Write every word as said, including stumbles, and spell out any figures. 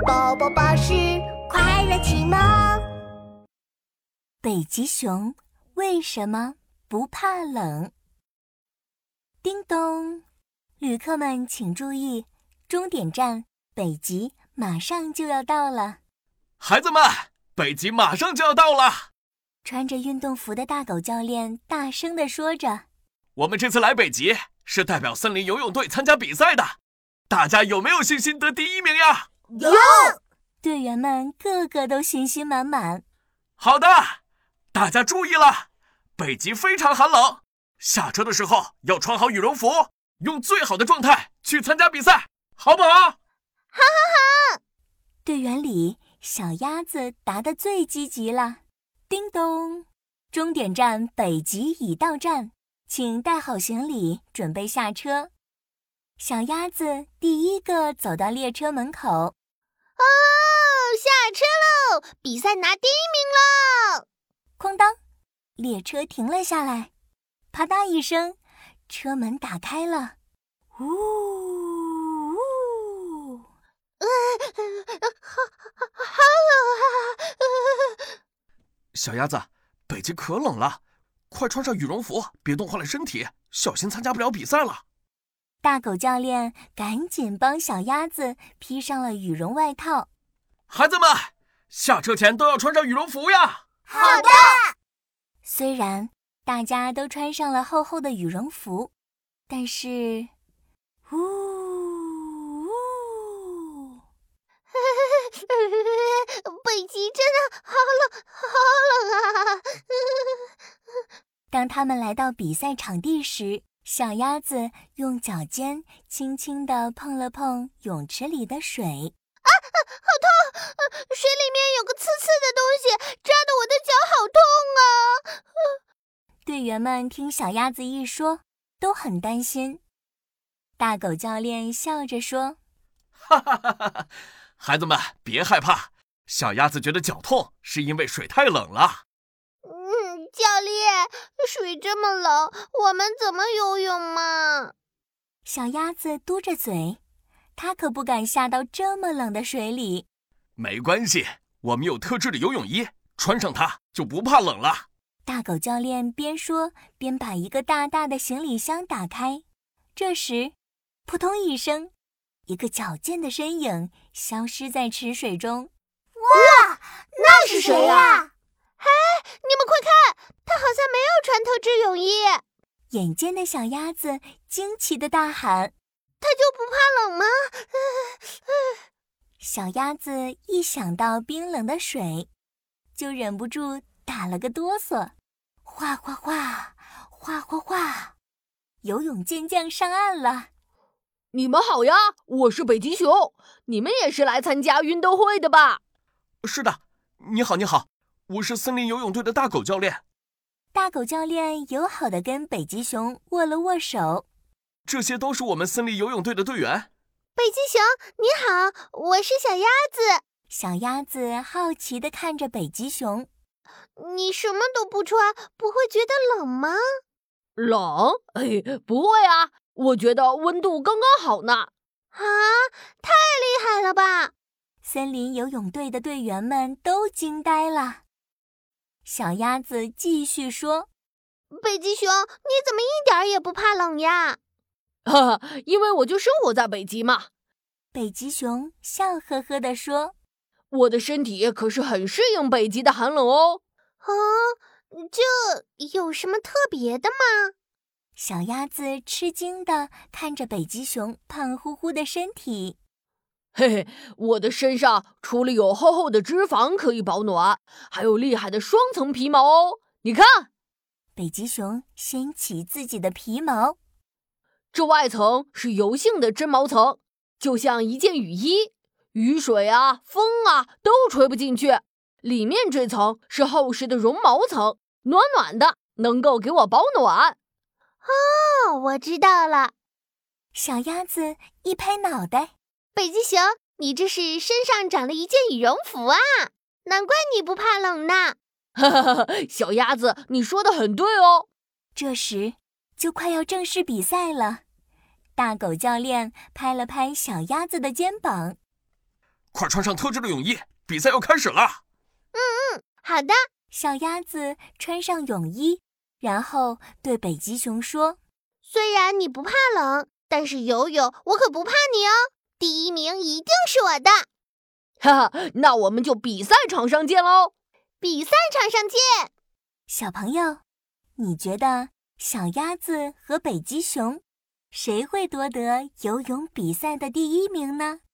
宝宝巴士快乐启蒙。 北极熊为什么不怕冷？叮咚，旅客们请注意，终点站北极马上就要到了。 孩子们，北极马上就要到了！ 穿着运动服的大狗教练大声地说着： 我们这次来北极是代表森林游泳队参加比赛的，大家有没有信心得第一名呀？ 有！ 队员们个个都信心满满。 好的，大家注意了，北极非常寒冷，下车的时候要穿好羽绒服，用最好的状态去参加比赛，好不好？好好好！ 队员里小鸭子答得最积极了。叮咚，终点站北极已到站，请带好行李，准备下车。小鸭子第一个走到列车门口。 哦，下车喽！比赛拿第一名喽！ 哐当，列车停了下来，啪嗒一声，车门打开了。呜呜， 呃，好好好冷啊！ 小鸭子，北极可冷了，快穿上羽绒服，别冻坏了身体，小心参加不了比赛了。 大狗教练赶紧帮小鸭子披上了羽绒外套。 孩子们，下车前都要穿上羽绒服呀！ 好的。 虽然大家都穿上了厚厚的羽绒服，但是，呜呜， 北极真的好冷，好冷啊！ 当他们来到比赛场地时，小鸭子用脚尖轻轻地碰了碰泳池里的水。 啊，好痛！水里面有个刺刺的东西，扎得我的脚好痛啊！ 队员们听小鸭子一说，都很担心。大狗教练笑着说： 哈哈哈哈，孩子们别害怕，小鸭子觉得脚痛是因为水太冷了。 嗯，教练，水这么冷，我们怎么游泳嘛？ 小鸭子嘟着嘴，它可不敢下到这么冷的水里。 没关系，我们有特制的游泳衣，穿上它就不怕冷了。 大狗教练边说边把一个大大的行李箱打开。这时，扑通一声，一个矫健的身影消失在池水中。 哇，那是谁呀？哎，你们快看，他好像没有穿特制泳衣。 眼尖的小鸭子惊奇地大喊： 他就不怕冷吗？ 小鸭子一想到冰冷的水，就忍不住打了个哆嗦。哗哗哗，哗哗哗，游泳健将上岸了。 你们好呀，我是北极熊，你们也是来参加运动会的吧？ 是的，你好你好，我是森林游泳队的大狗教练。 大狗教练友好地跟北极熊握了握手。 这些都是我们森林游泳队的队员。 北极熊，你好，我是小鸭子。 小鸭子好奇地看着北极熊。 你什么都不穿，不会觉得冷吗？ 冷？哎，不会啊，我觉得温度刚刚好呢。 啊，太厉害了吧！ 森林游泳队的队员们都惊呆了。小鸭子继续说： 北极熊，你怎么一点也不怕冷呀？ 哈哈，因为我就生活在北极嘛。 北极熊笑呵呵地说： 我的身体可是很适应北极的寒冷哦。 哦，这有什么特别的吗？ 小鸭子吃惊地看着北极熊胖乎乎的身体。 嘿嘿，我的身上除了有厚厚的脂肪可以保暖，还有厉害的双层皮毛哦。你看， 北极熊掀起自己的皮毛， 这外层是油性的真毛层，就像一件雨衣，雨水啊、风啊都吹不进去。里面这层是厚实的绒毛层，暖暖的，能够给我保暖。 哦，我知道了。 小鸭子一拍脑袋： 北极熊，你这是身上长了一件羽绒服啊，难怪你不怕冷呢。 哈哈哈，小鸭子，你说的很对哦。 这时就快要正式比赛了，大狗教练拍了拍小鸭子的肩膀： 快穿上特制的泳衣，比赛要开始了。 嗯嗯，好的。 小鸭子穿上泳衣，然后对北极熊说： 虽然你不怕冷，但是游泳我可不怕你哦，第一名一定是我的。 哈哈，那我们就比赛场上见喽！ 比赛场上见。 小朋友，你觉得小鸭子和北极熊谁会夺得游泳比赛的第一名呢？